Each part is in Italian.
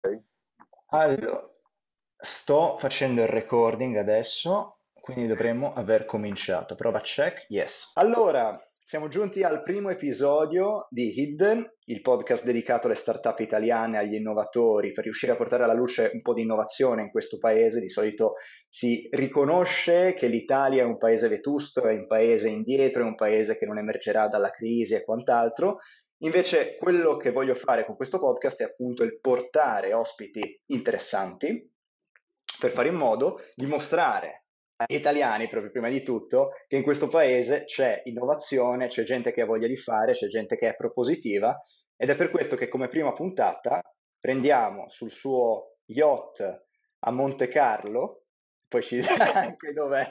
Allora, sto facendo il recording adesso, quindi dovremmo aver cominciato. Prova check, yes. Allora, siamo giunti al primo episodio di Hidden, il podcast dedicato alle startup italiane, agli innovatori, per riuscire a portare alla luce un po' di innovazione in questo paese. Di solito si riconosce che l'Italia è un paese vetusto, è un paese indietro, è un paese che non emergerà dalla crisi e quant'altro. Invece quello che voglio fare con questo podcast è appunto il portare ospiti interessanti per fare in modo di mostrare agli italiani, proprio prima di tutto, che in questo paese c'è innovazione, c'è gente che ha voglia di fare, c'è gente che è propositiva ed è per questo che come prima puntata prendiamo sul suo yacht a Monte Carlo, poi ci dirà anche dov'è,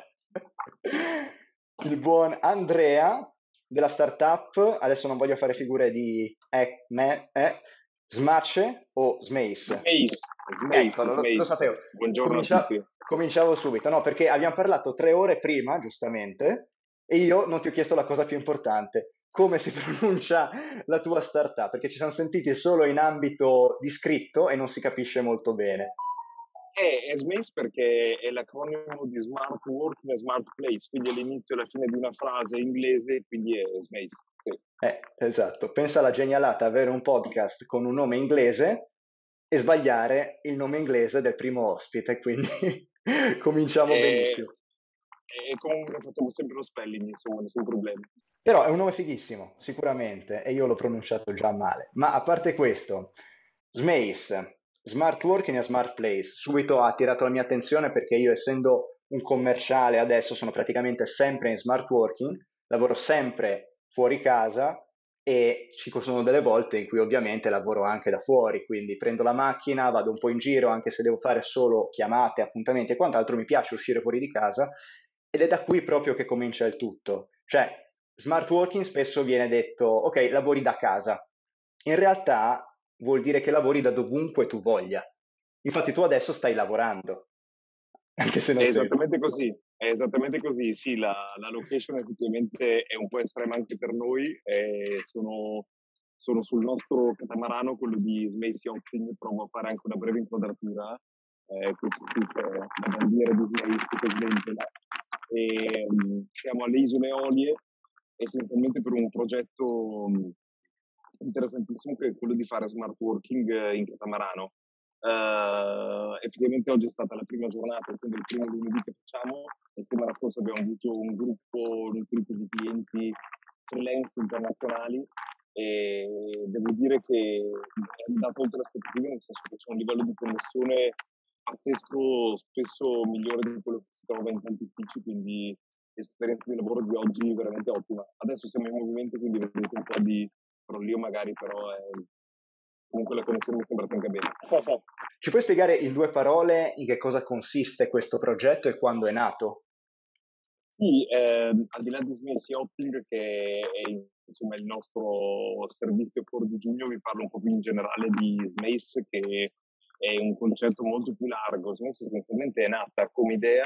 il buon Andrea della startup, adesso non voglio fare figure di Smace o Smace. Smace, Smace, Eccolo, lo Smace. sapevo. Buongiorno a tutti. Cominciavo subito, no, perché abbiamo parlato 3 ore prima, giustamente, e io non ti ho chiesto la cosa più importante, come si pronuncia la tua startup, perché ci siamo sentiti solo in ambito di scritto e non si capisce molto bene. È Smace perché è l'acronimo di Smart Working e Smart Place, quindi è l'inizio e la fine di una frase inglese, quindi è Smace. Sì. Esatto, pensa alla genialata avere un podcast con un nome inglese e sbagliare il nome inglese del primo ospite, quindi cominciamo E, benissimo. e comunque facciamo sempre lo spelling, insomma, nessun problema. Però è un nome fighissimo, sicuramente, e io l'ho pronunciato già male. Ma a parte questo, Smace, Smart Working e Smart Place, subito ha attirato la mia attenzione perché io, essendo un commerciale adesso, sono praticamente sempre in smart working, lavoro sempre fuori casa e ci sono delle volte in cui ovviamente lavoro anche da fuori, quindi prendo la macchina, vado un po' in giro, anche se devo fare solo chiamate, appuntamenti e quant'altro, mi piace uscire fuori di casa ed è da qui proprio che comincia il tutto. Cioè, smart working spesso viene detto, ok, lavori da casa. In realtà vuol dire che lavori da dovunque tu voglia. Infatti tu adesso stai lavorando, anche se non sei. È esattamente così, sì, la location effettivamente è un po' estrema anche per noi, sono sul nostro catamarano, quello di Smace Yachting, provo a fare anche una breve inquadratura, qui c'è la bandiera di Smace che sventola, siamo alle Isole Eolie, essenzialmente per un progetto interessantissimo che è quello di fare smart working in catamarano. Effettivamente oggi è stata la prima giornata, essendo il primo lunedì che facciamo. La settimana scorsa abbiamo avuto un gruppo nutrito di clienti freelance internazionali e devo dire che è andato oltre le aspettative, nel senso che c'è un livello di connessione pazzesco, spesso migliore di quello che si trova in tanti uffici, quindi l'esperienza di lavoro di oggi è veramente ottima. Adesso siamo in movimento, quindi vedete un po' di crollo magari, però comunque la connessione mi sembra tenga bene. Ci puoi spiegare in 2 parole in che cosa consiste questo progetto e quando è nato? Sì, al di là di Smace Yachting, che è insomma il nostro servizio core di giugno, vi parlo un po' più in generale di Smace, che è un concetto molto più largo. Smace essenzialmente è nata come idea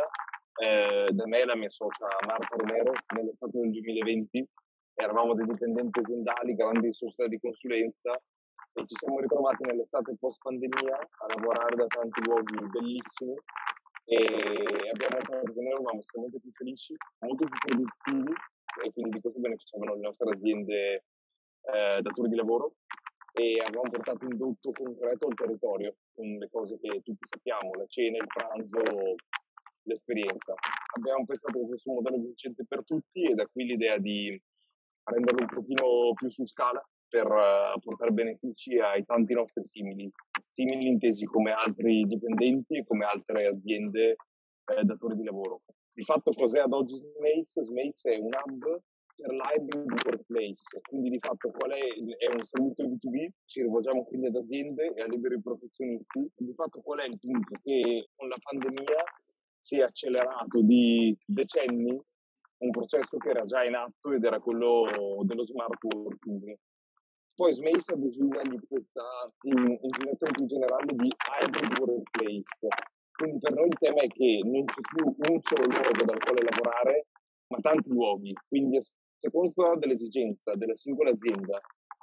da me e la mia socia Marta Romero nell'estate del 2020. Eravamo dei dipendenti aziendali, grandi società di consulenza e ci siamo ritrovati nell'estate post pandemia a lavorare da tanti luoghi bellissimi e abbiamo notato che noi eravamo estremamente più felici, molto più produttivi e quindi di questo beneficiavano le nostre aziende datori di lavoro e avevamo portato un indotto concreto al territorio con le cose che tutti sappiamo, la cena, il pranzo, l'esperienza. Abbiamo pensato che fosse un modello vincente per tutti e da qui l'idea di renderlo un pochino più su scala per portare benefici ai tanti nostri simili intesi come altri dipendenti e come altre aziende datori di lavoro. Di fatto cos'è ad oggi Smace? Smace è un hub per l'hybrid workplace, quindi di fatto è un servizio B2B, ci rivolgiamo quindi ad aziende e a liberi professionisti. Di fatto qual è il punto? Che con la pandemia si è accelerato di decenni un processo che era già in atto ed era quello dello smart working. Poi Smace ha deciso di dargli questa inclinazione più generale di hybrid workplace. Quindi per noi il tema è che non c'è più un solo luogo dal quale lavorare, ma tanti luoghi. Quindi a seconda dell'esigenza della singola azienda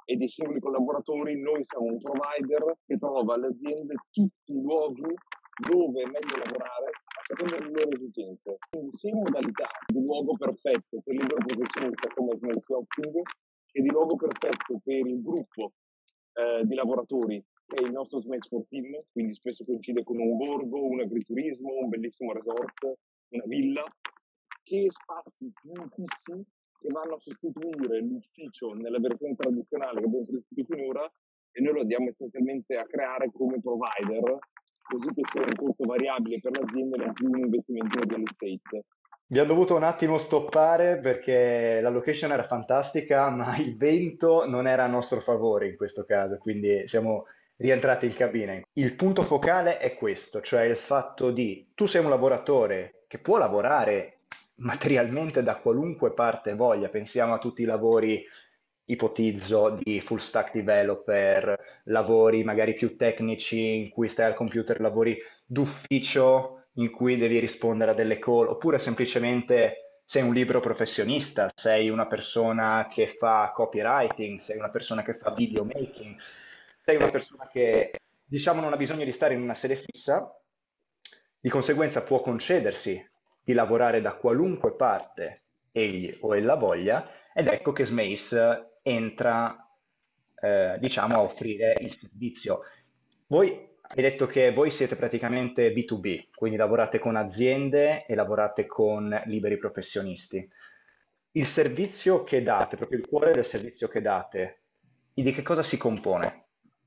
e dei singoli collaboratori, noi siamo un provider che trova alle aziende tutti i luoghi dove è meglio lavorare a seconda delle loro esigenze. Quindi sia in modalità di luogo perfetto per il libero professionista come Snail Shopping e di luogo perfetto per il gruppo di lavoratori che è il nostro Smash for Team, quindi spesso coincide con un borgo, un agriturismo, un bellissimo resort, una villa, che spazi più fissi che vanno a sostituire l'ufficio nella versione tradizionale che abbiamo conosciuto finora e noi lo andiamo essenzialmente a creare come provider, così che sia un costo variabile per l'azienda e non più un investimento in real estate. Vi ho dovuto un attimo stoppare perché la location era fantastica, ma il vento non era a nostro favore in questo caso, quindi siamo rientrati in cabina. Il punto focale è questo, cioè il fatto di tu sei un lavoratore che può lavorare materialmente da qualunque parte voglia, pensiamo a tutti i lavori, ipotizzo, di full stack developer, lavori magari più tecnici in cui stai al computer, lavori d'ufficio in cui devi rispondere a delle call, oppure semplicemente sei un libero professionista, sei una persona che fa copywriting, sei una persona che fa videomaking, sei una persona che diciamo non ha bisogno di stare in una sede fissa, di conseguenza può concedersi di lavorare da qualunque parte egli o ella voglia, ed ecco che Smace entra, diciamo, a offrire il servizio. Voi hai detto che voi siete praticamente B2B, quindi lavorate con aziende e lavorate con liberi professionisti. Il servizio che date, proprio il cuore del servizio che date, di che cosa si compone?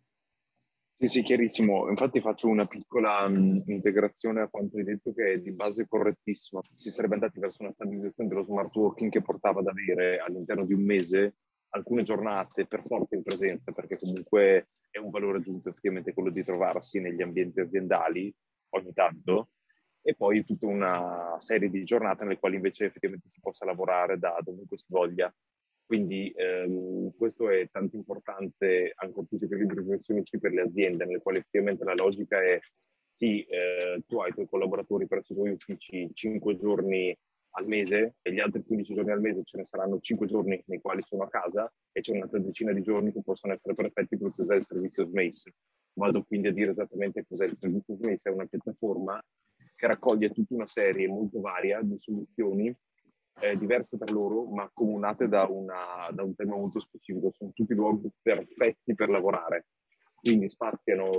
Sì, sì, chiarissimo. Infatti faccio una piccola integrazione a quanto hai detto che è di base correttissima. Si sarebbe andati verso una stabilizzazione dello smart working che portava ad avere all'interno di un mese alcune giornate per forza in presenza, perché comunque è un valore aggiunto effettivamente quello di trovarsi negli ambienti aziendali ogni tanto, e poi tutta una serie di giornate nelle quali invece effettivamente si possa lavorare da dovunque si voglia. Quindi questo è tanto importante ancora più per i liberi professionisti per le aziende, nelle quali effettivamente la logica è sì, tu hai i tuoi collaboratori presso i tuoi uffici 5 giorni al mese e gli altri 15 giorni al mese ce ne saranno 5 giorni nei quali sono a casa e c'è una decina di giorni che possono essere perfetti per utilizzare il servizio Smace. Vado quindi a dire esattamente cos'è il servizio Smace, è una piattaforma che raccoglie tutta una serie molto varia di soluzioni diverse tra loro, ma accomunate da un tema molto specifico. Sono tutti luoghi perfetti per lavorare. Quindi spaziano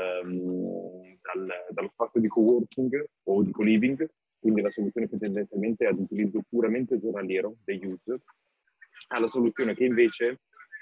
dallo spazio di coworking o di co-living, quindi la soluzione che tendenzialmente è ad utilizzo puramente giornaliero degli user, alla soluzione che invece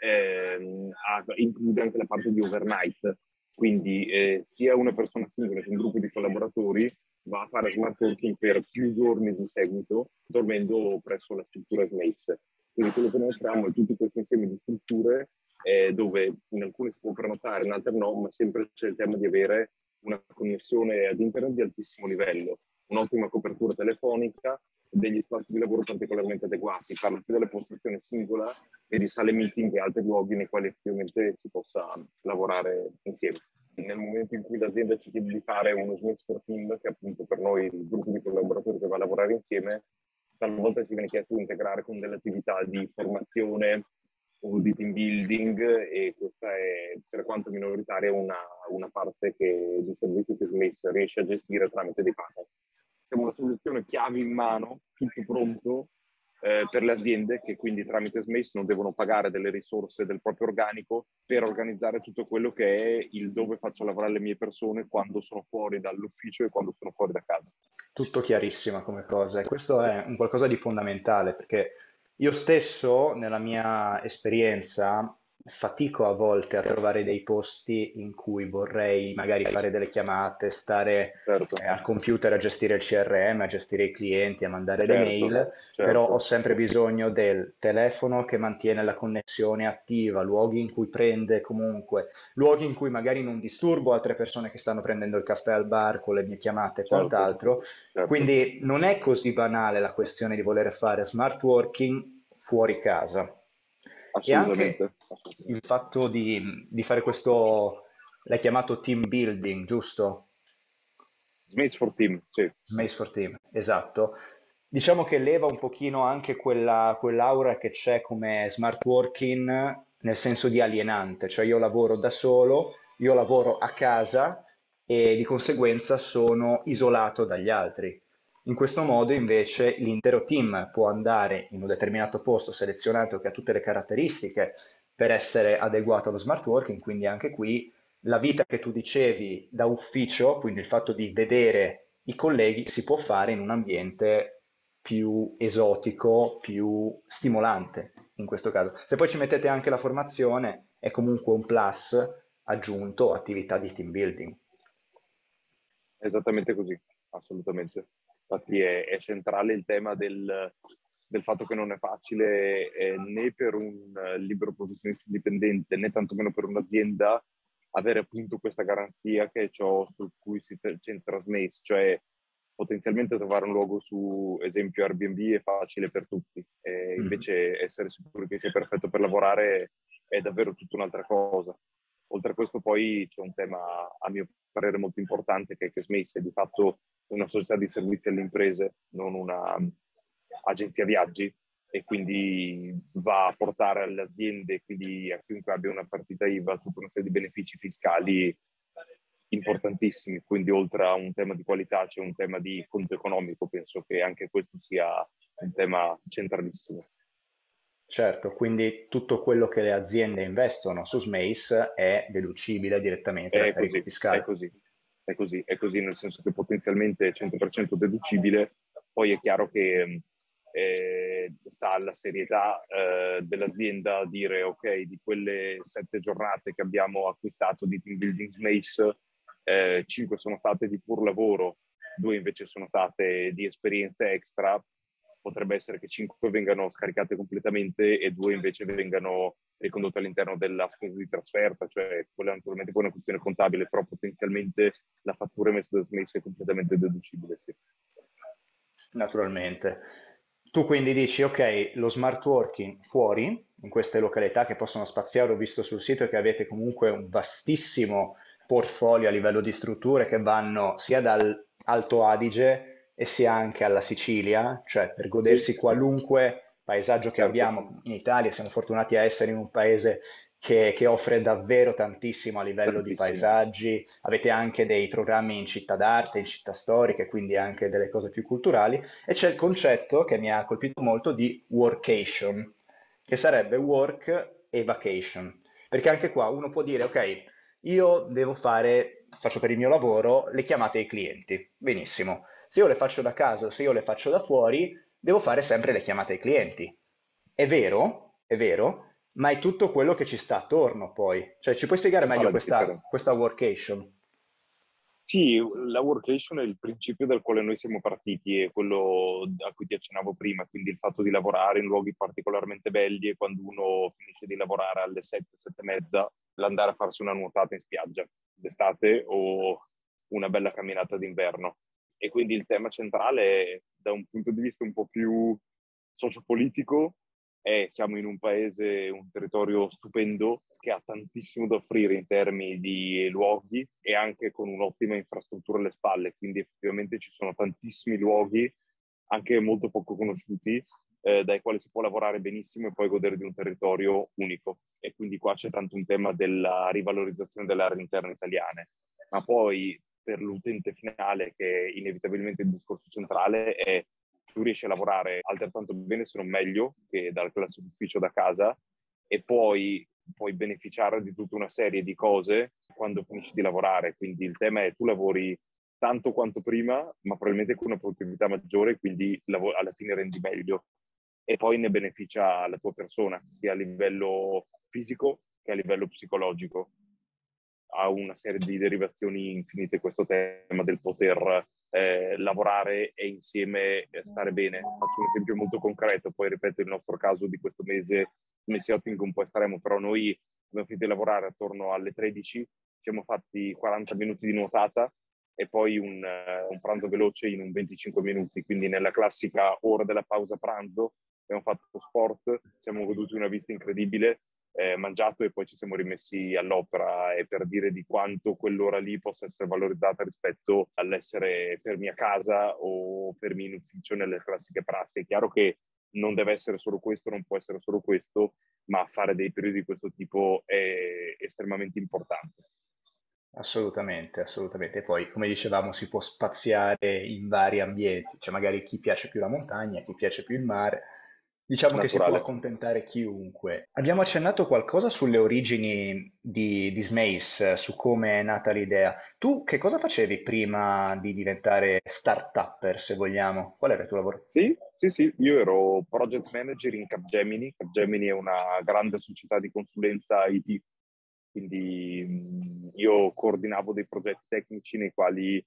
include anche la parte di overnight, quindi sia una persona singola che un gruppo di collaboratori va a fare smart working per più giorni di seguito, dormendo presso la struttura Snace. Quindi quello che noi offriamo è tutto questo insieme di strutture dove in alcune si può prenotare, in altre no, ma sempre c'è il tema di avere una connessione ad internet di altissimo livello, un'ottima copertura telefonica, degli spazi di lavoro particolarmente adeguati. Parlo più delle postazioni singola e di sale meeting e altri luoghi nei quali effettivamente si possa lavorare insieme. Nel momento in cui l'azienda ci chiede di fare uno Smith for Team, che è appunto per noi il gruppo di collaboratori che va a lavorare insieme, talvolta ci viene chiesto di integrare con delle attività di formazione o di team building, e questa è, per quanto minoritaria, una parte di servizio che Smith riesce a gestire tramite dei partner. Siamo una soluzione chiave in mano, tutto pronto, per le aziende che quindi tramite Smace non devono pagare delle risorse del proprio organico per organizzare tutto quello che è il dove faccio lavorare le mie persone quando sono fuori dall'ufficio e quando sono fuori da casa. Tutto chiarissima come cosa e questo è un qualcosa di fondamentale perché io stesso nella mia esperienza fatico a volte a trovare dei posti in cui vorrei magari fare delle chiamate, stare Certo, al computer a gestire il CRM, a gestire i clienti, a mandare le certo, mail, però ho certo, sempre bisogno del telefono che mantiene la connessione attiva, luoghi in cui prende comunque, luoghi in cui magari non disturbo altre persone che stanno prendendo il caffè al bar con le mie chiamate e certo, quant'altro. certo, Quindi non è così banale la questione di voler fare smart working fuori casa. E anche assolutamente, il assolutamente. fatto di fare questo, l'hai chiamato team building, giusto? Smace for Team, sì. Maze for Team, esatto. Diciamo che leva un pochino anche quell'aura che c'è come smart working nel senso di alienante, cioè io lavoro da solo, io lavoro a casa e di conseguenza sono isolato dagli altri. In questo modo invece l'intero team può andare in un determinato posto selezionato che ha tutte le caratteristiche per essere adeguato allo smart working, quindi anche qui la vita che tu dicevi da ufficio, quindi il fatto di vedere i colleghi, si può fare in un ambiente più esotico, più stimolante in questo caso. Se poi ci mettete anche la formazione, è comunque un plus aggiunto attività di team building. Esattamente così, assolutamente. Infatti è centrale il tema del fatto che non è facile né per un libero professionista indipendente né tantomeno per un'azienda avere appunto questa garanzia che è ciò su cui si centra Smace, cioè potenzialmente trovare un luogo su, esempio, Airbnb è facile per tutti, e Mhm. invece essere sicuri che sia perfetto per lavorare è davvero tutta un'altra cosa. Oltre a questo poi c'è un tema, a mio parere, molto importante, che è che Smace è di fatto una società di servizi alle imprese, non una agenzia viaggi, e quindi va a portare alle aziende, quindi a chiunque abbia una partita IVA, tutta una serie di benefici fiscali importantissimi. Quindi oltre a un tema di qualità c'è un tema di conto economico, penso che anche questo sia un tema centralissimo. Certo, quindi tutto quello che le aziende investono su Smace è deducibile direttamente dal È carico così, è fiscale. così, è così, è così, nel senso che potenzialmente è 100% deducibile. Poi è chiaro che sta alla serietà dell'azienda dire ok, di quelle 7 giornate che abbiamo acquistato di Team Building Smace, 5 sono state di pur lavoro, 2 invece sono state di esperienze extra. Potrebbe essere che 5 vengano scaricate completamente e 2 invece vengano ricondotte all'interno della spesa di trasferta, cioè quella è naturalmente poi una questione contabile, però potenzialmente la fattura emessa da Smace è completamente deducibile, sì. Naturalmente. Tu quindi dici, ok, lo smart working fuori, in queste località che possono spaziare, ho visto sul sito che avete comunque un vastissimo portfolio a livello di strutture che vanno sia dal Alto Adige e sia anche alla Sicilia, cioè per Sì, godersi qualunque paesaggio che certo, abbiamo in Italia, siamo fortunati a essere in un paese che offre davvero tantissimo a livello di tantissimo. paesaggi, avete anche dei programmi in città d'arte, in città storiche, quindi anche delle cose più culturali, e c'è il concetto che mi ha colpito molto di workation, che sarebbe work e vacation, perché anche qua uno può dire, ok, io devo fare, faccio per il mio lavoro le chiamate ai clienti, benissimo, se io le faccio da casa o se io le faccio da fuori, devo fare sempre le chiamate ai clienti. È vero, ma è tutto quello che ci sta attorno poi. Cioè, ci puoi spiegare Che fa meglio la questa, differenza? questa workation? Sì, la workation è il principio dal quale noi siamo partiti, è quello a cui ti accennavo prima, quindi il fatto di lavorare in luoghi particolarmente belli, e quando uno finisce di lavorare alle 7, 7 e mezza, l'andare a farsi una nuotata in spiaggia d'estate o una bella camminata d'inverno. E quindi il tema centrale, da un punto di vista un po' più sociopolitico, siamo in un paese, un territorio stupendo che ha tantissimo da offrire in termini di luoghi e anche con un'ottima infrastruttura alle spalle, quindi effettivamente ci sono tantissimi luoghi, anche molto poco conosciuti, dai quali si può lavorare benissimo e poi godere di un territorio unico. E quindi qua c'è tanto un tema della rivalorizzazione delle aree interne italiane, ma poi per l'utente finale, che è inevitabilmente il discorso centrale, è tu riesci a lavorare altrettanto bene, se non meglio, che dal classico ufficio da casa, e poi puoi beneficiare di tutta una serie di cose quando finisci di lavorare. Quindi il tema è tu lavori tanto quanto prima, ma probabilmente con una produttività maggiore, quindi alla fine rendi meglio. E poi ne beneficia la tua persona, sia a livello fisico che a livello psicologico. Ha una serie di derivazioni infinite questo tema del poter lavorare e insieme stare bene. Faccio un esempio molto concreto, poi ripeto il nostro caso di questo mese ottico un po' estremo, però noi abbiamo finito di lavorare attorno alle 13, ci siamo fatti 40 minuti di nuotata e poi un pranzo veloce in un 25 minuti, quindi nella classica ora della pausa pranzo abbiamo fatto sport, siamo goduti una vista incredibile, mangiato e poi ci siamo rimessi all'opera, e per dire di quanto quell'ora lì possa essere valorizzata rispetto all'essere fermi a casa o fermi in ufficio nelle classiche prassi. È chiaro che non deve essere solo questo, non può essere solo questo, ma fare dei periodi di questo tipo è estremamente importante. Assolutamente, assolutamente. E poi, come dicevamo, si può spaziare in vari ambienti, cioè magari chi piace più la montagna, chi piace più il mare. Diciamo che si può Naturale. accontentare chiunque. Abbiamo accennato qualcosa sulle origini di Smace, su come è nata l'idea. Tu che cosa facevi prima di diventare start-upper, se vogliamo? Qual era il tuo lavoro? Sì, sì, sì, io ero project manager in Capgemini. Capgemini è una grande società di consulenza IT, quindi io coordinavo dei progetti tecnici nei quali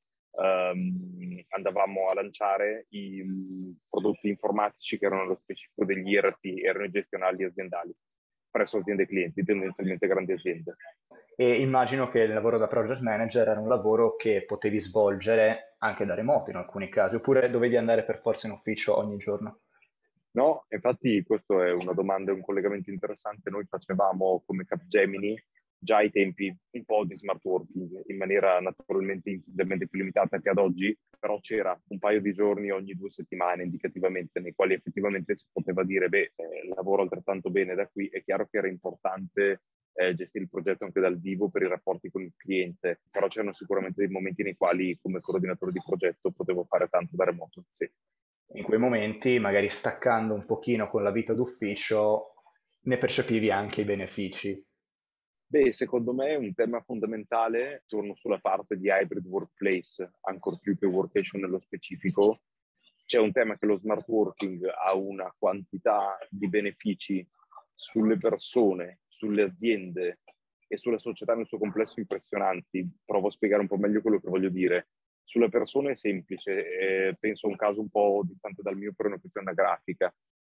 andavamo a lanciare i prodotti informatici che erano nello specifico degli ERP, erano i gestionali aziendali, presso aziende clienti, tendenzialmente grandi aziende. E immagino che il lavoro da project manager era un lavoro che potevi svolgere anche da remoto in alcuni casi, oppure dovevi andare per forza in ufficio ogni giorno. No, infatti questo è una domanda e un collegamento interessante. Noi facevamo come Capgemini già ai tempi un po' di smart working in maniera naturalmente infinitamente più limitata che ad oggi, però c'era un paio di giorni ogni 2 settimane indicativamente nei quali effettivamente si poteva dire, beh, lavoro altrettanto bene da qui. È chiaro che era importante gestire il progetto anche dal vivo per i rapporti con il cliente, però c'erano sicuramente dei momenti nei quali come coordinatore di progetto potevo fare tanto da remoto, sì. In quei momenti, magari staccando un pochino con la vita d'ufficio, ne percepivi anche i benefici. Beh, secondo me è un tema fondamentale, torno sulla parte di hybrid workplace, ancor più che workation nello specifico. C'è un tema che lo smart working ha una quantità di benefici sulle persone, sulle aziende e sulla società nel suo complesso impressionanti. Provo a spiegare un po' meglio quello che voglio dire. Sulle persone è semplice, penso a un caso un po' distante dal mio per una questione grafica.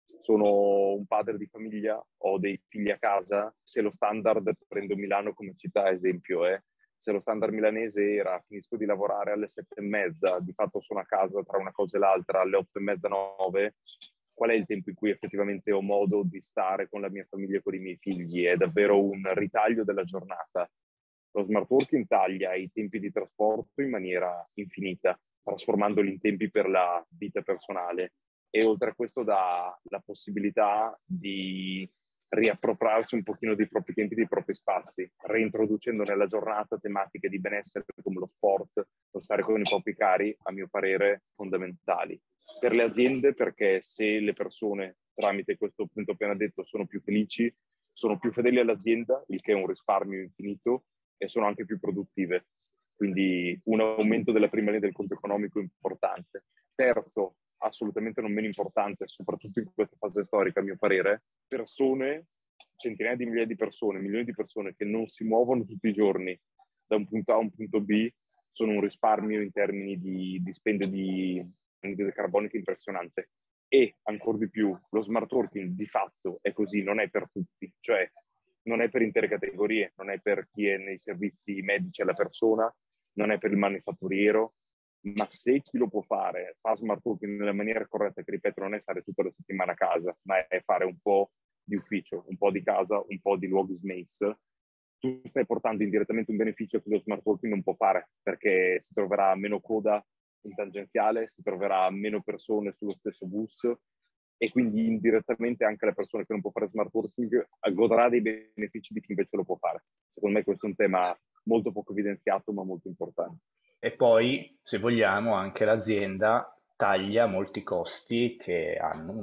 Sono un padre di famiglia, ho dei figli a casa, se lo standard, prendo Milano come città esempio, se lo standard milanese era finisco di lavorare alle 7:30, di fatto sono a casa tra una cosa e l'altra alle 8:30, 9, qual è il tempo in cui effettivamente ho modo di stare con la mia famiglia e con i miei figli? È davvero un ritaglio della giornata. Lo smart working taglia i tempi di trasporto in maniera infinita, trasformandoli in tempi per la vita personale e oltre a questo dà la possibilità di riappropriarsi un pochino dei propri tempi, dei propri spazi, reintroducendo nella giornata tematiche di benessere come lo sport, lo stare con i propri cari, a mio parere, fondamentali. Per le aziende, perché se le persone, tramite questo punto appena detto, sono più felici, sono più fedeli all'azienda, il che è un risparmio infinito, e sono anche più produttive. Quindi un aumento della prima linea del conto economico importante. Terzo, assolutamente non meno importante, soprattutto in questa fase storica, a mio parere, persone, centinaia di migliaia di persone, milioni di persone che non si muovono tutti i giorni da un punto A a un punto B, sono un risparmio in termini di dispendio di anidride carbonica impressionante. E ancora di più, lo smart working di fatto è così, non è per tutti, cioè non è per intere categorie, non è per chi è nei servizi medici alla persona, non è per il manifatturiero, ma se chi lo può fare fa smart working nella maniera corretta, che ripeto non è stare tutta la settimana a casa, ma è fare un po' di ufficio, un po' di casa, un po' di luoghi smace, tu stai portando indirettamente un beneficio che lo smart working non può fare, perché si troverà meno coda in tangenziale, si troverà meno persone sullo stesso bus e quindi indirettamente anche la persona che non può fare smart working godrà dei benefici di chi invece lo può fare. Secondo me questo è un tema molto poco evidenziato ma molto importante. E poi, se vogliamo, anche l'azienda taglia molti costi che hanno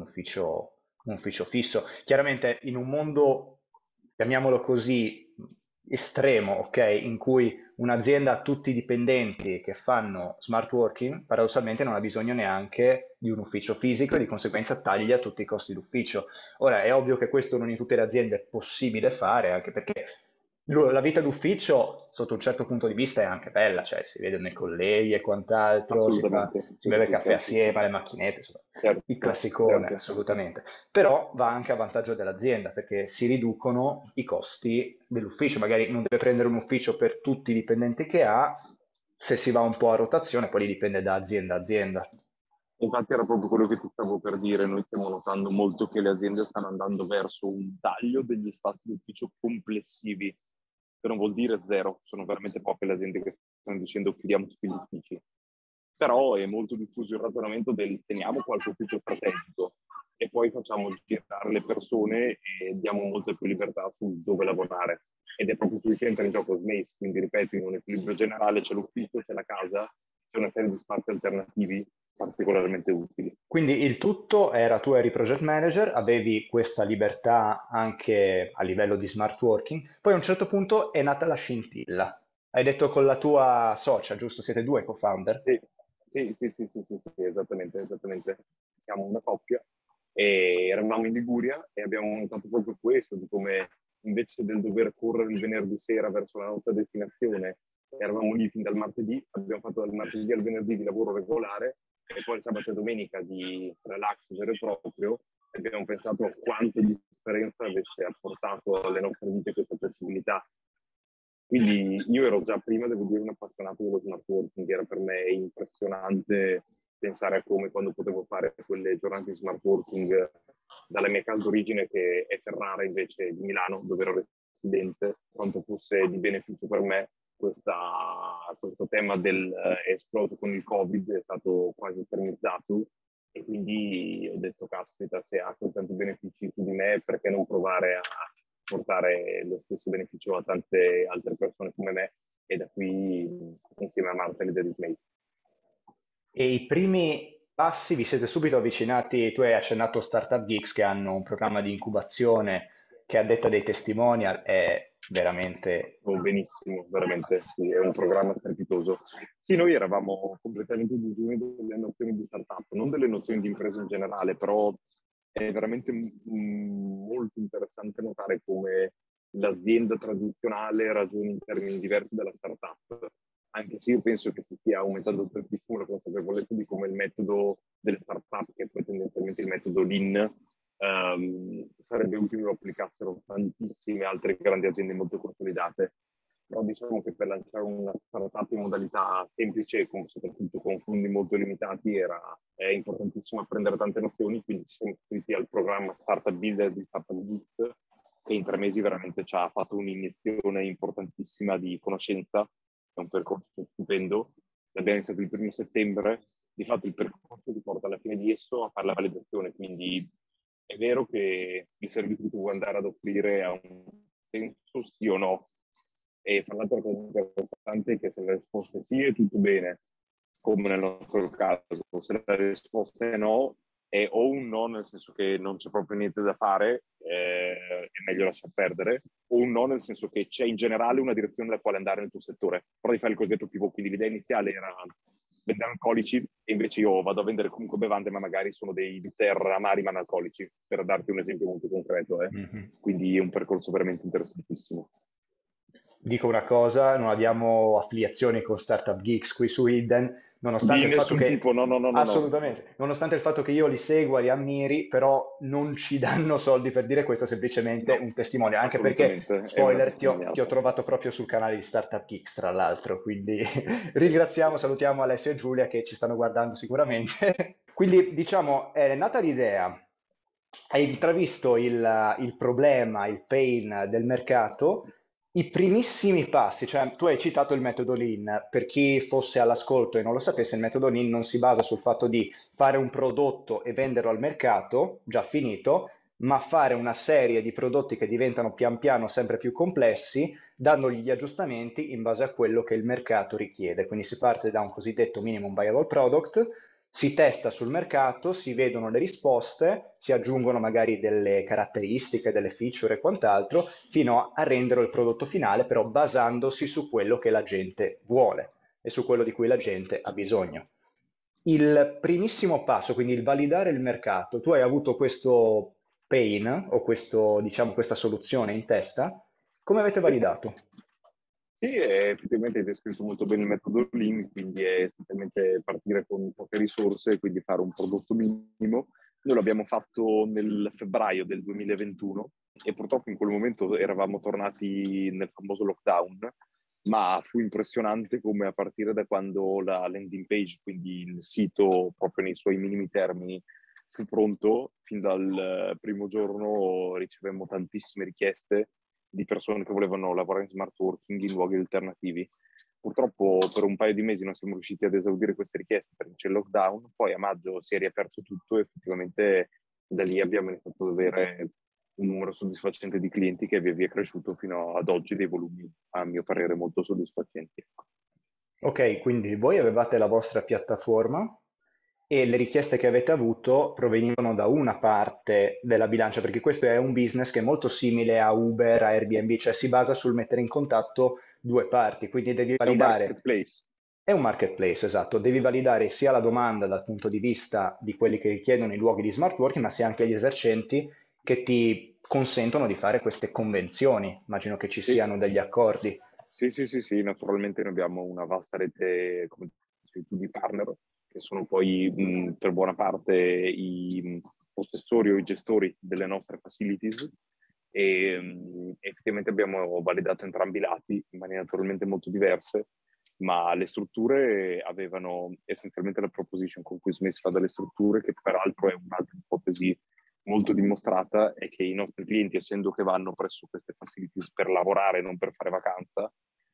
un ufficio fisso. Chiaramente in un mondo, chiamiamolo così, estremo, ok, in cui un'azienda ha tutti i dipendenti che fanno smart working, paradossalmente non ha bisogno neanche di un ufficio fisico e di conseguenza taglia tutti i costi d'ufficio. Ora, è ovvio che questo non in tutte le aziende è possibile fare, anche perché la vita d'ufficio, sotto un certo punto di vista, è anche bella, cioè si vedono i colleghi e quant'altro, Assolutamente, si sì, beve sì, caffè certo, assieme alle macchinette, insomma, il certo, classicone, certo. assolutamente. Però va anche a vantaggio dell'azienda, perché si riducono i costi dell'ufficio, magari non deve prendere un ufficio per tutti i dipendenti che ha, se si va un po' a rotazione, poi lì dipende da azienda a azienda. Infatti era proprio quello che ti stavo per dire, noi stiamo notando molto che le aziende stanno andando verso un taglio degli spazi d'ufficio complessivi, che non vuol dire zero, sono veramente poche le aziende che stanno dicendo chiudiamo tutti gli uffici, però è molto diffuso il ragionamento del teniamo qualche ufficio strategico, e poi facciamo girare le persone e diamo molta più libertà su dove lavorare. Ed è proprio qui che entra in gioco Smace, quindi ripeto, in un equilibrio generale c'è l'ufficio, c'è la casa, c'è una serie di spazi alternativi particolarmente utili. Quindi il tutto era, tu eri project manager, avevi questa libertà anche a livello di smart working, poi a un certo punto è nata la scintilla. Hai detto con la tua socia, giusto? Siete due co-founder? Sì, sì, esattamente, esattamente. Siamo una coppia e eravamo in Liguria e abbiamo notato proprio questo, di come invece del dover correre il venerdì sera verso la nostra destinazione, eravamo lì fin dal martedì, abbiamo fatto dal martedì al venerdì di lavoro regolare e poi il sabato e domenica di relax vero e proprio, e abbiamo pensato a quanta differenza avesse apportato alle nostre vite questa possibilità. Quindi io ero già prima, devo dire, un appassionato dello smart working, era per me impressionante pensare a come quando potevo fare quelle giornate di smart working dalla mia casa d'origine, che è Ferrara invece di Milano, dove ero residente, quanto fosse di beneficio per me questo tema del esploso con il Covid, è stato quasi estremizzato e quindi ho detto, caspita, se ha così tanti benefici su di me, perché non provare a portare lo stesso beneficio a tante altre persone come me, e da qui insieme a Marta l'idea di Smace. E i primi passi vi siete subito avvicinati, tu hai accennato Startup Geeks che hanno un programma di incubazione che a detta dei testimonial è veramente... Oh, benissimo, veramente, sì, è un programma strepitoso. Sì, noi eravamo completamente digiuni delle nozioni di startup, non delle nozioni di impresa in generale, però è veramente molto interessante notare come l'azienda tradizionale ragioni in termini diversi dalla startup. Anche se io penso che si stia aumentando tantissimo la consapevolezza di come il metodo delle startup, che è poi tendenzialmente il metodo Lean, sarebbe utile lo applicassero tantissime altre grandi aziende molto consolidate. Però diciamo che per lanciare una startup in modalità semplice, con soprattutto con fondi molto limitati, è importantissimo apprendere tante nozioni, quindi ci siamo iscritti al programma Startup Builder di Startup Geeks, che in 3 mesi veramente ci ha fatto un'iniezione importantissima di conoscenza. È un percorso stupendo. L'abbiamo iniziato il 1° settembre, di fatto il percorso ti porta alla fine di esso a fare la validazione, quindi è vero che il servizio che tu vuoi andare ad offrire ha un senso, sì o no? E fra l'altro la cosa interessante è che se la risposta è sì è tutto bene, come nel nostro caso. Se la risposta è no, è o un no nel senso che non c'è proprio niente da fare, è meglio lasciar perdere, o un no nel senso che c'è in generale una direzione nella quale andare nel tuo settore. Però di fare il cosiddetto pivot, quindi l'idea iniziale era vendere alcolici e invece io vado a vendere comunque bevande, ma magari sono dei bitter amari ma non alcolici, per darti un esempio molto concreto. Mhm. Quindi è un percorso veramente interessantissimo. Dico una cosa, non abbiamo affiliazioni con Startup Geeks qui su Hidden, nonostante Di il fatto nessun che, tipo, no, no, no, no, no. assolutamente, nonostante il fatto che io li segua, li ammiri, però non ci danno soldi per dire questo, è semplicemente No, un testimone, anche perché, assolutamente, è una spoiler, ti ho testimonianza. trovato proprio sul canale di Startup Geeks, tra l'altro, quindi ringraziamo, salutiamo Alessio e Giulia che ci stanno guardando sicuramente. Quindi, diciamo, è nata l'idea, hai intravisto il problema, il pain del mercato, i primissimi passi, cioè tu hai citato il metodo Lean, per chi fosse all'ascolto e non lo sapesse, il metodo Lean non si basa sul fatto di fare un prodotto e venderlo al mercato, già finito, ma fare una serie di prodotti che diventano pian piano sempre più complessi, dandogli gli aggiustamenti in base a quello che il mercato richiede. Quindi si parte da un cosiddetto minimum viable product, si testa sul mercato, si vedono le risposte, si aggiungono magari delle caratteristiche, delle feature e quant'altro, fino a rendere il prodotto finale, però basandosi su quello che la gente vuole e su quello di cui la gente ha bisogno. Il primissimo passo, quindi il validare il mercato, tu hai avuto questo pain o questo, diciamo, questa soluzione in testa, come avete Sì. validato? Sì, effettivamente hai descritto molto bene il metodo Lean, quindi è essenzialmente partire con poche risorse e quindi fare un prodotto minimo. Noi l'abbiamo fatto nel febbraio del 2021 e purtroppo in quel momento eravamo tornati nel famoso lockdown, ma fu impressionante come a partire da quando la landing page, quindi il sito proprio nei suoi minimi termini, fu pronto, fin dal primo giorno ricevemmo tantissime richieste di persone che volevano lavorare in smart working in luoghi alternativi. Purtroppo per un paio di mesi non siamo riusciti ad esaudire queste richieste perché c'è il lockdown, poi a maggio si è riaperto tutto e effettivamente Da lì abbiamo iniziato ad avere un numero soddisfacente di clienti che via via è cresciuto fino ad oggi, dei volumi, a mio parere, molto soddisfacenti. Ok, quindi voi avevate la vostra piattaforma e le richieste che avete avuto provenivano da una parte della bilancia, perché questo è un business che è molto simile a Uber, a Airbnb, cioè si basa sul mettere in contatto due parti, quindi devi È un validare. marketplace. È un marketplace, esatto, devi validare sia la domanda dal punto di vista di quelli che richiedono i luoghi di smart working, ma sia anche gli esercenti che ti consentono di fare queste convenzioni. Immagino che ci Sì, siano degli accordi. sì, sì, sì, sì, naturalmente noi abbiamo una vasta rete, come dicevi tu, di partner, che sono poi per buona parte i possessori o i gestori delle nostre facilities e effettivamente abbiamo validato entrambi i lati in maniere naturalmente molto diverse, ma le strutture avevano essenzialmente la proposition con cui Smith fa delle strutture, che peraltro è un'altra ipotesi molto dimostrata, è che i nostri clienti, essendo che vanno presso queste facilities per lavorare, non per fare vacanza,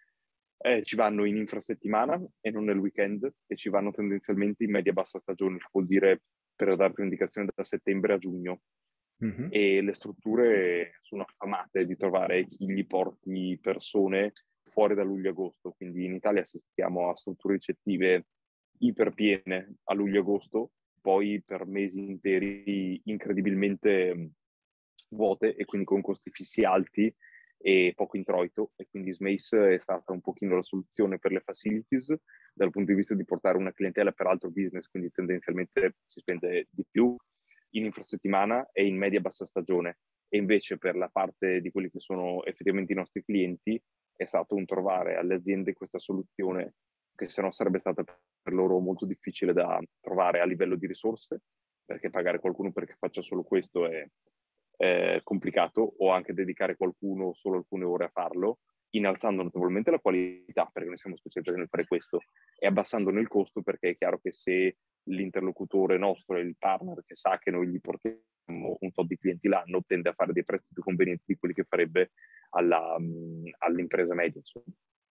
ci vanno in infrasettimana e non nel weekend, e ci vanno tendenzialmente in media-bassa stagione, che vuol dire, per darti un'indicazione, da settembre a giugno. Mhm. E le strutture sono affamate di trovare chi gli porti persone fuori da luglio-agosto, quindi in Italia assistiamo a strutture ricettive iperpiene a luglio-agosto, poi per mesi interi incredibilmente vuote e quindi con costi fissi alti e poco introito, e quindi Smace è stata un pochino la soluzione per le facilities dal punto di vista di portare una clientela per altro business, quindi tendenzialmente si spende di più in infrasettimana e in media bassa stagione, e invece per la parte di quelli che sono effettivamente i nostri clienti è stato un trovare alle aziende questa soluzione che se no sarebbe stata per loro molto difficile da trovare a livello di risorse, perché pagare qualcuno perché faccia solo questo è complicato, o anche dedicare qualcuno solo alcune ore a farlo, innalzando notevolmente la qualità, perché noi siamo specializzati nel fare questo, e abbassandone il costo, perché è chiaro che se l'interlocutore nostro è il partner che sa che noi gli portiamo un tot di clienti l'anno, tende a fare dei prezzi più convenienti di quelli che farebbe all'impresa media. Insomma.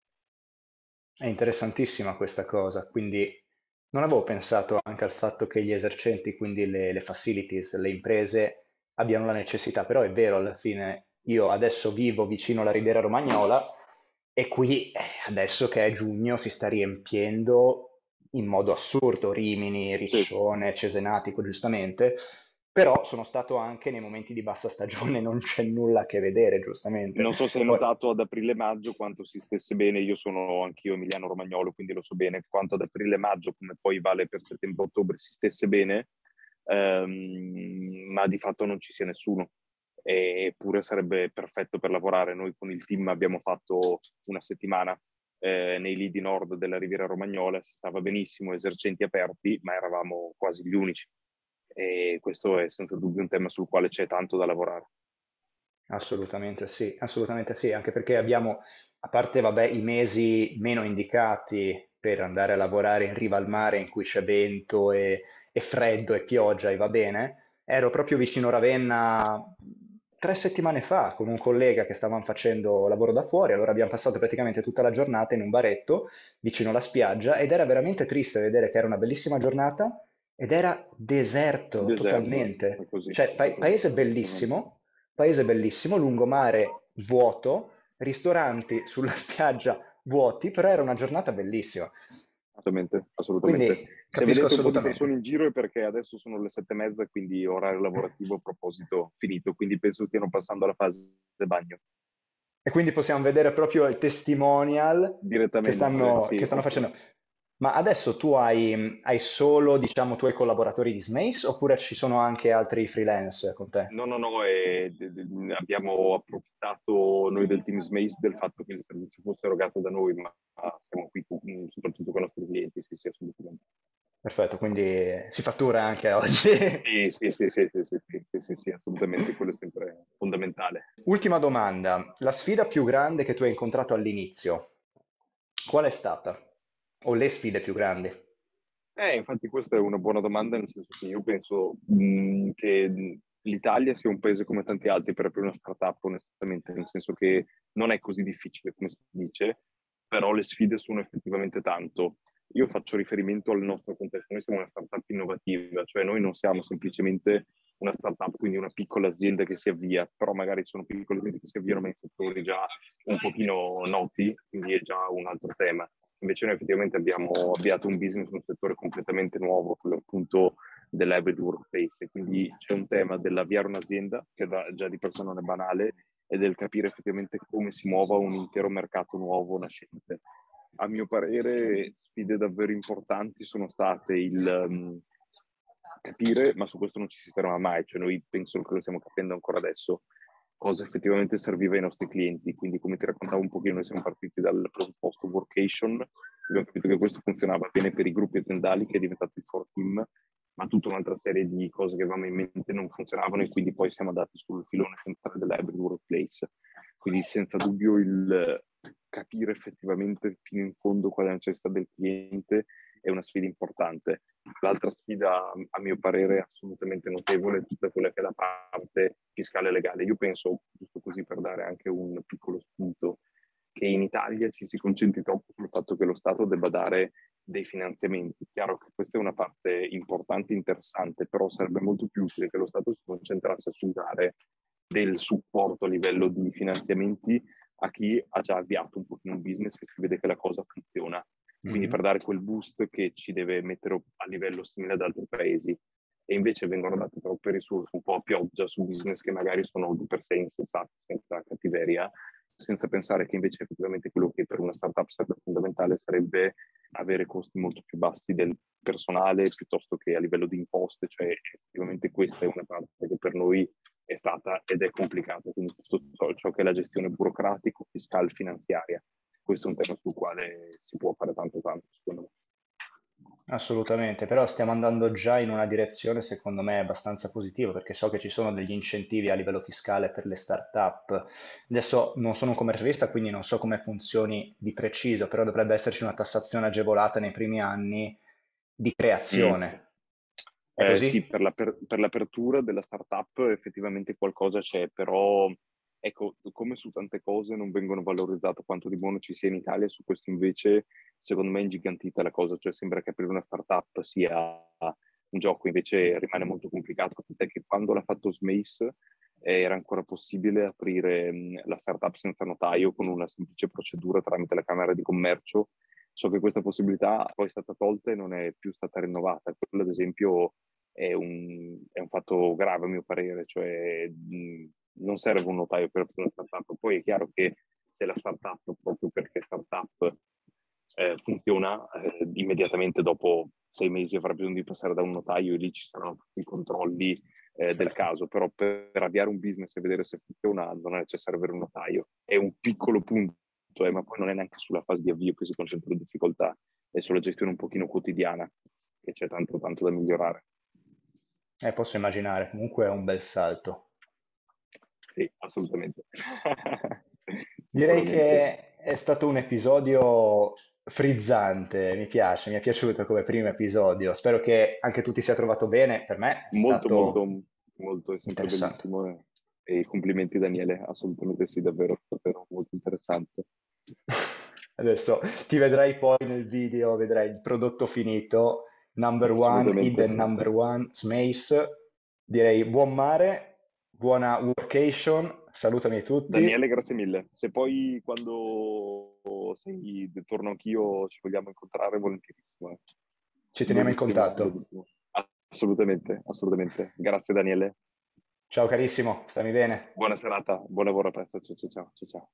È interessantissima questa cosa, quindi non avevo pensato anche al fatto che gli esercenti, quindi le facilities, le imprese abbiano la necessità, però è vero, alla fine io adesso vivo vicino alla Riviera Romagnola e qui adesso che è giugno si sta riempiendo in modo assurdo, Rimini, Sì. Riccione, Cesenatico, giustamente, però sono stato anche nei momenti di bassa stagione, non c'è nulla a che vedere, giustamente. Non so se hai Poi, notato ad aprile-maggio quanto si stesse bene, io sono anch'io emiliano-romagnolo, quindi lo so bene, quanto ad aprile-maggio, come poi vale per settembre-ottobre, si stesse bene, ma di fatto non ci sia nessuno. Eppure sarebbe perfetto per lavorare. Noi con il team abbiamo fatto una settimana nei lidi nord della Riviera Romagnola, si stava benissimo, esercenti aperti, ma eravamo quasi gli unici. E questo è senza dubbio un tema sul quale c'è tanto da lavorare. assolutamente sì, anche perché abbiamo, a parte vabbè, i mesi meno indicati per andare a lavorare in riva al mare in cui c'è vento e freddo e pioggia e va bene, ero proprio vicino Ravenna 3 settimane fa con un collega che stavamo facendo lavoro da fuori, allora abbiamo passato praticamente tutta la giornata in un baretto vicino alla spiaggia ed era veramente triste vedere che era una bellissima giornata ed era deserto Deserto, è totalmente, così, cioè è così, assolutamente. paese bellissimo, lungomare vuoto, ristoranti sulla spiaggia vuoti, però era una giornata bellissima. Assolutamente, assolutamente. Quindi Se capisco vedete un po' di persone assolutamente. in giro è perché adesso sono le 7:30, quindi orario lavorativo a proposito finito, quindi penso stiano passando alla fase bagno. E quindi possiamo vedere proprio il testimonial Direttamente, che sì. stanno facendo. Ma adesso tu hai solo, diciamo, tuoi collaboratori di Smace oppure ci sono anche altri freelance con te? No, no, no, abbiamo approfittato noi del Team Smace del fatto che il servizio fosse erogato da noi, ma siamo qui soprattutto con i nostri clienti, sì, sì, assolutamente. Perfetto, quindi si fattura anche oggi. Sì, sì, sì, sì, sì, sì, sì, sì, sì, sì, assolutamente, quello è sempre fondamentale. Ultima domanda, la sfida più grande che tu hai incontrato all'inizio, qual è stata? O le sfide più grandi? Infatti questa è una buona domanda, nel senso che io penso che l'Italia sia un paese come tanti altri per aprire una startup, onestamente, nel senso che non è così difficile come si dice, però le sfide sono effettivamente tanto. io faccio riferimento al nostro contesto, noi siamo una startup innovativa, cioè noi non siamo semplicemente una startup, quindi una piccola azienda che si avvia, però magari sono piccole aziende che si avviano ma in settori già un pochino noti, quindi è già un altro tema. Invece noi effettivamente abbiamo avviato un business in un settore completamente nuovo, quello appunto dell'hybrid workplace, quindi c'è un tema dell'avviare un'azienda, che già di per sé non è banale, e del capire effettivamente come si muova un intero mercato nuovo nascente. A mio parere, sfide davvero importanti sono state il capire, ma su questo non ci si ferma mai, cioè noi penso che lo stiamo capendo ancora adesso, cosa effettivamente serviva ai nostri clienti. Quindi, come ti raccontavo un pochino, noi siamo partiti dal presupposto workation, abbiamo capito che questo funzionava bene per i gruppi aziendali, che è diventato il core team, ma tutta un'altra serie di cose che avevamo in mente non funzionavano e quindi poi siamo andati sul filone centrale dell'hybrid workplace. Quindi senza dubbio il capire effettivamente fino in fondo qual è la necessità del cliente è una sfida importante. L'altra sfida, a mio parere, assolutamente notevole è tutta quella che è la parte fiscale e legale. Io penso, giusto così per dare anche un piccolo spunto, che in Italia ci si concentri troppo sul fatto che lo Stato debba dare dei finanziamenti. Chiaro che questa è una parte importante e interessante, però sarebbe molto più utile che lo Stato si concentrasse sul dare del supporto a livello di finanziamenti a chi ha già avviato un pochino un business e si vede che la cosa funziona. Quindi per dare quel boost che ci deve mettere a livello simile ad altri paesi. E invece vengono date troppe risorse un po' a pioggia su business che magari sono di per sé insensati, senza cattiveria, senza pensare che invece effettivamente quello che per una startup sarebbe fondamentale sarebbe avere costi molto più bassi del personale piuttosto che a livello di imposte, cioè effettivamente questa è una parte che per noi è stata ed è complicata, quindi tutto ciò che è la gestione burocratico, fiscale, finanziaria. Questo è un tema sul quale si può fare tanto, secondo me. Assolutamente, però stiamo andando già in una direzione secondo me abbastanza positiva perché so che ci sono degli incentivi a livello fiscale per le start-up. Adesso non sono un commercialista, quindi non so come funzioni di preciso, però dovrebbe esserci una tassazione agevolata nei primi anni di Mm. creazione. È così? Sì, per l'apertura della startup effettivamente qualcosa c'è, però ecco, come su tante cose non vengono valorizzate quanto di buono ci sia in Italia, su questo invece secondo me è ingigantita la cosa, cioè sembra che aprire una startup sia un gioco, invece rimane molto complicato, tant'è che quando l'ha fatto Smace era ancora possibile aprire la startup senza notaio con una semplice procedura tramite la Camera di Commercio. So che questa possibilità poi è stata tolta e non è più stata rinnovata. Quello, ad esempio, è un fatto grave a mio parere, cioè non serve un notaio per aprire una startup. Poi è chiaro che se la startup, proprio perché startup funziona, immediatamente dopo 6 mesi avrà bisogno di passare da un notaio e lì ci saranno tutti i controlli del Certo. caso, però per avviare un business e vedere se funziona non è necessario avere un notaio. È un piccolo punto, ma poi non è neanche sulla fase di avvio che si concentra la difficoltà, è sulla gestione un pochino quotidiana, che c'è tanto, tanto da migliorare. Posso immaginare, comunque è un bel salto. Sì, assolutamente. Direi Sicuramente. che è stato un episodio frizzante, mi piace, mi è piaciuto come primo episodio. Spero che anche tu ti sia trovato bene. Per me è Molto, molto, stato molto, è sempre interessante. bellissimo e complimenti Daniele, assolutamente sì, davvero, davvero molto interessante. Adesso ti vedrai poi nel video, vedrai il prodotto finito, number one, Assolutamente. hidden number one, Smace. Direi buon mare, buona workation, salutami Daniele, tutti, grazie mille. Se poi quando sei, torno anch'io, ci vogliamo incontrare volentierissimo. ci teniamo in Bellissimo, contatto. bellissimo. Assolutamente, assolutamente. Grazie Daniele. Ciao carissimo, stammi bene. Buona serata, buon lavoro a presto. Ciao, ciao, ciao, ciao. Ciao.